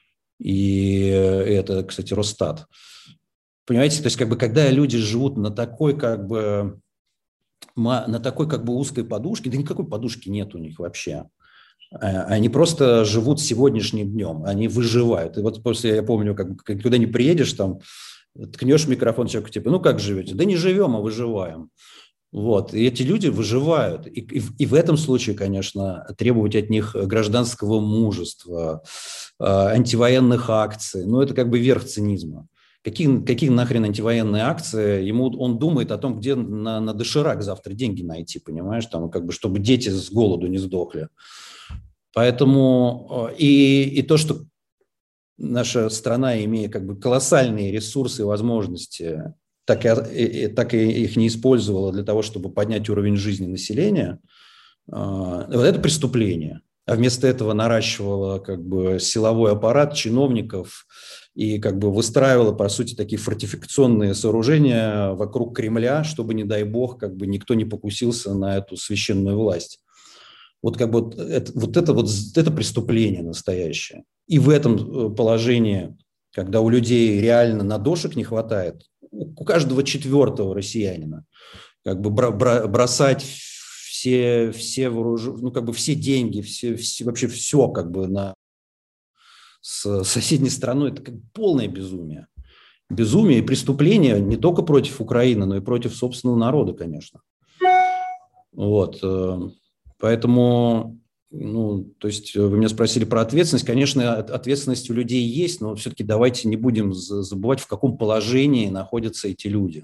И это, кстати, Росстат. Понимаете, то есть как бы когда люди живут на такой как бы на такой как бы узкой подушке, да никакой подушки нет у них вообще. Они просто живут сегодняшним днем, они выживают. И вот после, я помню, как, как куда не приедешь, там, ткнешь микрофон человеку, типа, ну как живете? Да не живем, а выживаем. Вот. И эти люди выживают. И, и, и в этом случае, конечно, требовать от них гражданского мужества, антивоенных акций, ну это как бы верх цинизма. Какие, какие нахрен антивоенные акции? Ему, он думает о том, где на, на доширак завтра деньги найти, понимаешь, там, как бы, чтобы дети с голоду не сдохли. Поэтому и, и то, что наша страна, имея как бы колоссальные ресурсы и возможности, так и, так и их не использовала для того, чтобы поднять уровень жизни населения, вот это преступление. А вместо этого наращивала как бы силовой аппарат чиновников и как бы выстраивала, по сути, такие фортификационные сооружения вокруг Кремля, чтобы, не дай бог, как бы никто не покусился на эту священную власть. Вот как бы вот это, вот это вот это преступление настоящее. И в этом положении, когда у людей реально надошек не хватает, у каждого четвертого россиянина как бы бросать все, все вооруж... ну, как бы все деньги, все, все, вообще все как бы на с соседней страной, это как полное безумие. Безумие и преступление не только против Украины, но и против собственного народа, конечно. Вот. Поэтому, ну, то есть вы меня спросили про ответственность. Конечно, ответственность у людей есть, но все-таки давайте не будем забывать, в каком положении находятся эти люди.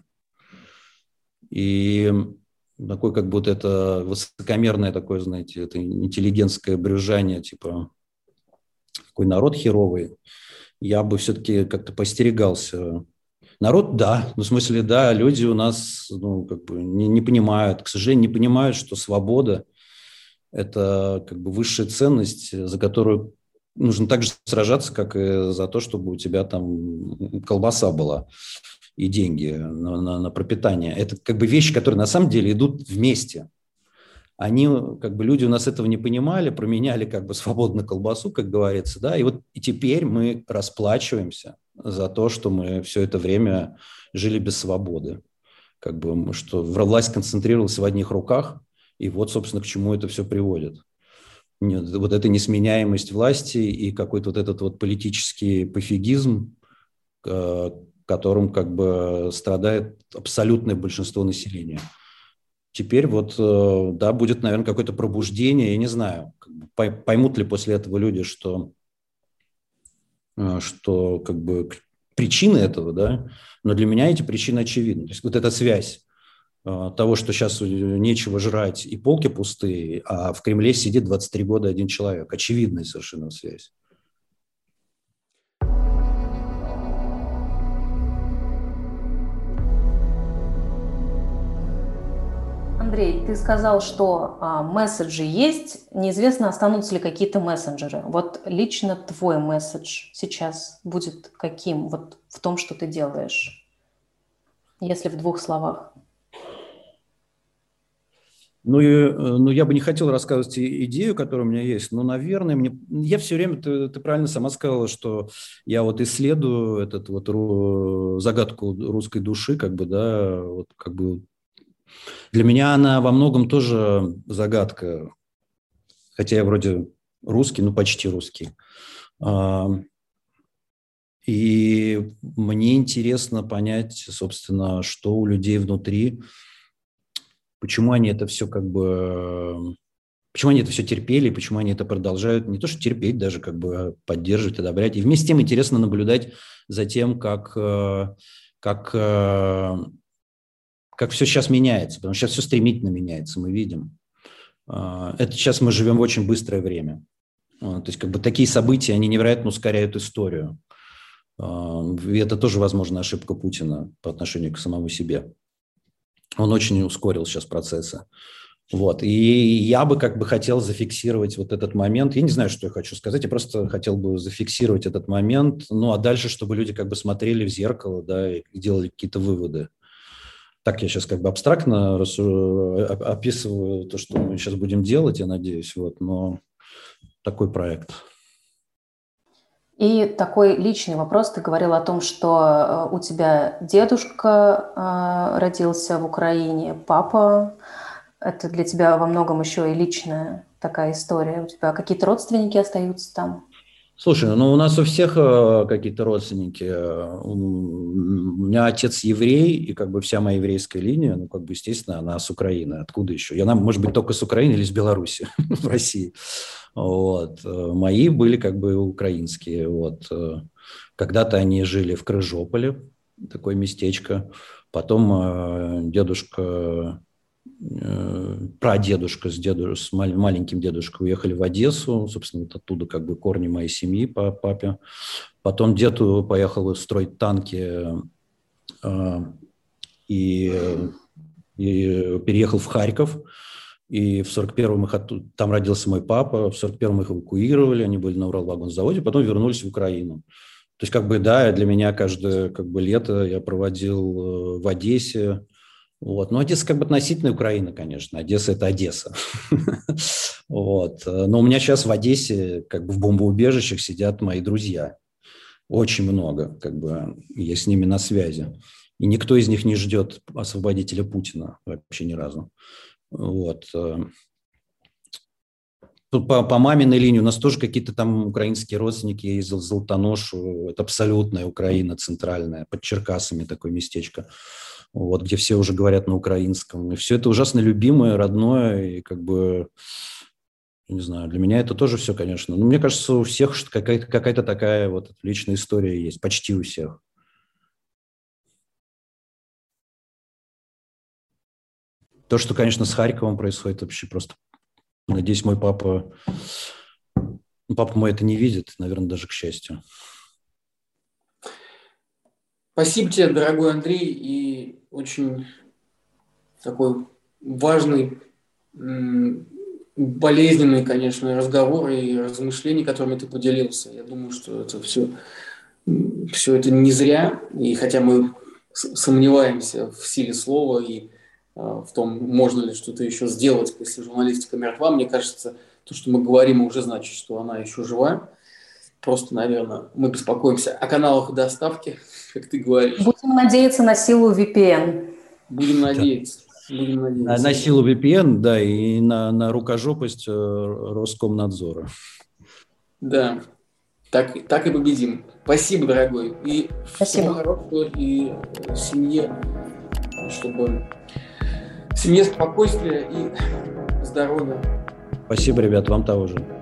И такое как будто это высокомерное такое, знаете, это интеллигентское брюзжание, типа, какой народ херовый. Я бы все-таки как-то постерегался. Народ, да, ну, в смысле, да, люди у нас, ну, как бы не, не понимают, к сожалению, не понимают, что свобода – это как бы высшая ценность, за которую нужно так же сражаться, как и за то, чтобы у тебя там колбаса была и деньги на, на, на пропитание. Это как бы вещи, которые на самом деле идут вместе. Они, как бы, люди у нас этого не понимали, променяли как бы свободу на колбасу, как говорится, да, и вот и теперь мы расплачиваемся за то, что мы все это время жили без свободы, как бы, что власть концентрировалась в одних руках, и вот, собственно, к чему это все приводит. Вот эта несменяемость власти и какой-то вот этот вот политический пофигизм, которым как бы страдает абсолютное большинство населения. Теперь вот, да, будет, наверное, какое-то пробуждение, я не знаю, поймут ли после этого люди, что, что как бы причины этого, да, но для меня эти причины очевидны. То есть вот эта связь того, что сейчас нечего жрать и полки пустые, а в Кремле сидит двадцать три года один человек. Очевидная совершенно связь. Андрей, ты сказал, что а, месседжи есть, неизвестно, останутся ли какие-то мессенджеры. Вот лично твой месседж сейчас будет каким вот в том, что ты делаешь, если в двух словах? Ну, и, ну, я бы не хотел рассказывать идею, которая у меня есть, но, наверное, мне, я все время, ты, ты правильно сама сказала, что я вот исследую этот вот ру, загадку русской души, как бы, да, вот как бы для меня она во многом тоже загадка, хотя я вроде русский, ну, почти русский. И мне интересно понять, собственно, что у людей внутри, почему они это все как бы, почему они это все терпели, почему они это продолжают не то что терпеть, даже как бы поддерживать, одобрять. И вместе с тем интересно наблюдать за тем, как, как, как все сейчас меняется, потому что сейчас все стремительно меняется, мы видим. Это сейчас мы живем в очень быстрое время. То есть как бы такие события, они невероятно ускоряют историю. И это тоже, возможно, ошибка Путина по отношению к самому себе. Он очень ускорил сейчас процессы. Вот. И я бы как бы хотел зафиксировать вот этот момент. Я не знаю, что я хочу сказать, я просто хотел бы зафиксировать этот момент. Ну, а дальше, чтобы люди как бы смотрели в зеркало, да, и делали какие-то выводы. Так я сейчас как бы абстрактно описываю то, что мы сейчас будем делать, я надеюсь. Вот. Но такой проект. И такой личный вопрос. Ты говорил о том, что у тебя дедушка родился в Украине, папа. Это для тебя во многом еще и личная такая история. У тебя какие-то родственники остаются там? Слушай, ну у нас у всех какие-то родственники. У меня отец еврей, и как бы вся моя еврейская линия, ну как бы естественно, она с Украины. Откуда еще? Я, может быть, только с Украины или с Беларуси в России. Вот. Мои были как бы украинские. Вот. Когда-то они жили в Крыжополе, такое местечко. Потом дедушка, прадедушка с, деду, с маленьким дедушкой уехали в Одессу. Собственно, вот оттуда как бы корни моей семьи по папе. Потом дед поехал строить танки и, и переехал в Харьков. И в сорок первом их оттуда, там родился мой папа, в сорок первом их эвакуировали, они были на Уралвагонзаводе, потом вернулись в Украину. То есть, как бы, да, для меня каждое как бы, лето я проводил в Одессе. Вот. Но Одесса как бы относительно Украина, конечно. Одесса – это Одесса. Вот. Но у меня сейчас в Одессе, как бы в бомбоубежищах сидят мои друзья. Очень много, как бы, я с ними на связи. И никто из них не ждет освободителя Путина вообще ни разу. Вот. Тут по, по маминой линии у нас тоже какие-то там украинские родственники. Я ездил в Золотоношу, это абсолютная Украина центральная, под Черкасами такое местечко, вот, где все уже говорят на украинском. И все это ужасно любимое, родное, и как бы, не знаю, для меня это тоже все, конечно. Но мне кажется, у всех какая-то, какая-то такая вот личная история есть, почти у всех. То, что, конечно, с Харьковом происходит, вообще просто, надеюсь, мой папа, папа мой это не видит, наверное, даже к счастью. Спасибо тебе, дорогой Андрей, и очень такой важный, болезненный, конечно, разговор и размышления, которыми ты поделился. Я думаю, что это все, все это не зря, и хотя мы сомневаемся в силе слова и в том, можно ли что-то еще сделать, если журналистика мертва. Мне кажется, то, что мы говорим, уже значит, что она еще жива. Просто, наверное, мы беспокоимся о каналах доставки, как ты говоришь. Будем надеяться на силу ви пи эн. Будем надеяться. Будем надеяться. На, на силу ви пи эн, да, и на, на рукожопость Роскомнадзора. Да, так, так и победим. Спасибо, дорогой. И Спасибо. Всего хорошего, и семье, чтобы... Семье спокойствия и здоровья. Спасибо, ребят, вам того же.